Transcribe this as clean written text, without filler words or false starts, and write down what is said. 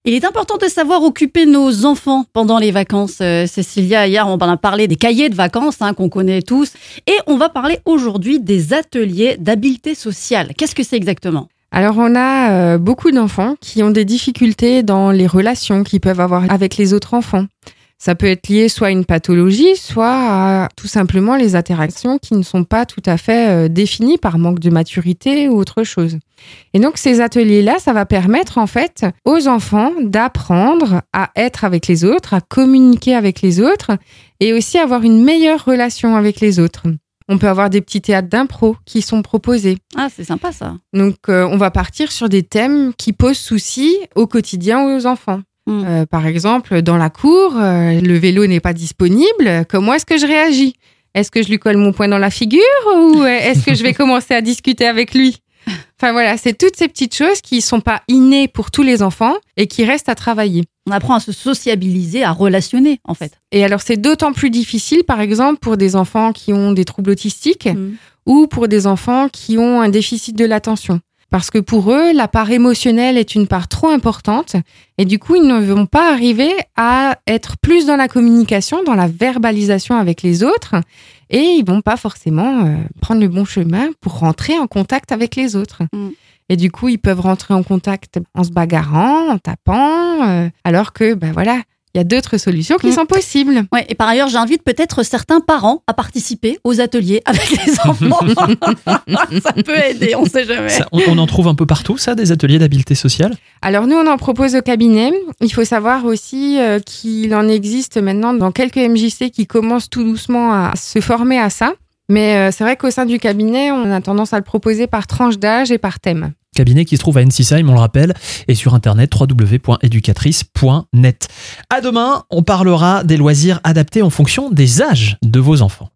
Il est important de savoir occuper nos enfants pendant les vacances. Cécilia, hier, on a parlé des cahiers de vacances qu'on connaît tous. Et on va parler aujourd'hui des ateliers d'habileté sociale. Qu'est-ce que c'est exactement ? Alors, on a beaucoup d'enfants qui ont des difficultés dans les relations qu'ils peuvent avoir avec les autres enfants. Ça peut être lié soit à une pathologie, soit à tout simplement les interactions qui ne sont pas tout à fait définies par manque de maturité ou autre chose. Et donc, ces ateliers-là, ça va permettre en fait aux enfants d'apprendre à être avec les autres, à communiquer avec les autres et aussi avoir une meilleure relation avec les autres. On peut avoir des petits théâtres d'impro qui sont proposés. Ah, c'est sympa ça. Donc, on va partir sur des thèmes qui posent souci au quotidien aux enfants. Par exemple, dans la cour, le vélo n'est pas disponible. Comment est-ce que je réagis ? Est-ce que je lui colle mon poing dans la figure ou est-ce que je vais commencer à discuter avec lui ? Enfin voilà, c'est toutes ces petites choses qui ne sont pas innées pour tous les enfants et qui restent à travailler. On apprend à se sociabiliser, à relationner en fait. Et alors c'est d'autant plus difficile, par exemple, pour des enfants qui ont des troubles autistiques ou pour des enfants qui ont un déficit de l'attention. Parce que pour eux, la part émotionnelle est une part trop importante et du coup, ils ne vont pas arriver à être plus dans la communication, dans la verbalisation avec les autres et ils vont pas forcément prendre le bon chemin pour rentrer en contact avec les autres. Et du coup, ils peuvent rentrer en contact en se bagarrant, en tapant, alors que, voilà, il y a d'autres solutions qui sont possibles. Ouais, et par ailleurs, j'invite peut-être certains parents à participer aux ateliers avec les enfants. Ça peut aider, on ne sait jamais. On en trouve un peu partout, ça, des ateliers d'habileté sociale ? Alors nous, on en propose au cabinet. Il faut savoir aussi qu'il en existe maintenant dans quelques MJC qui commencent tout doucement à se former à ça. Mais c'est vrai qu'au sein du cabinet, on a tendance à le proposer par tranche d'âge et par thème. Cabinet qui se trouve à Ensisheim, on le rappelle, et sur internet www.educatrice.net. À demain, on parlera des loisirs adaptés en fonction des âges de vos enfants.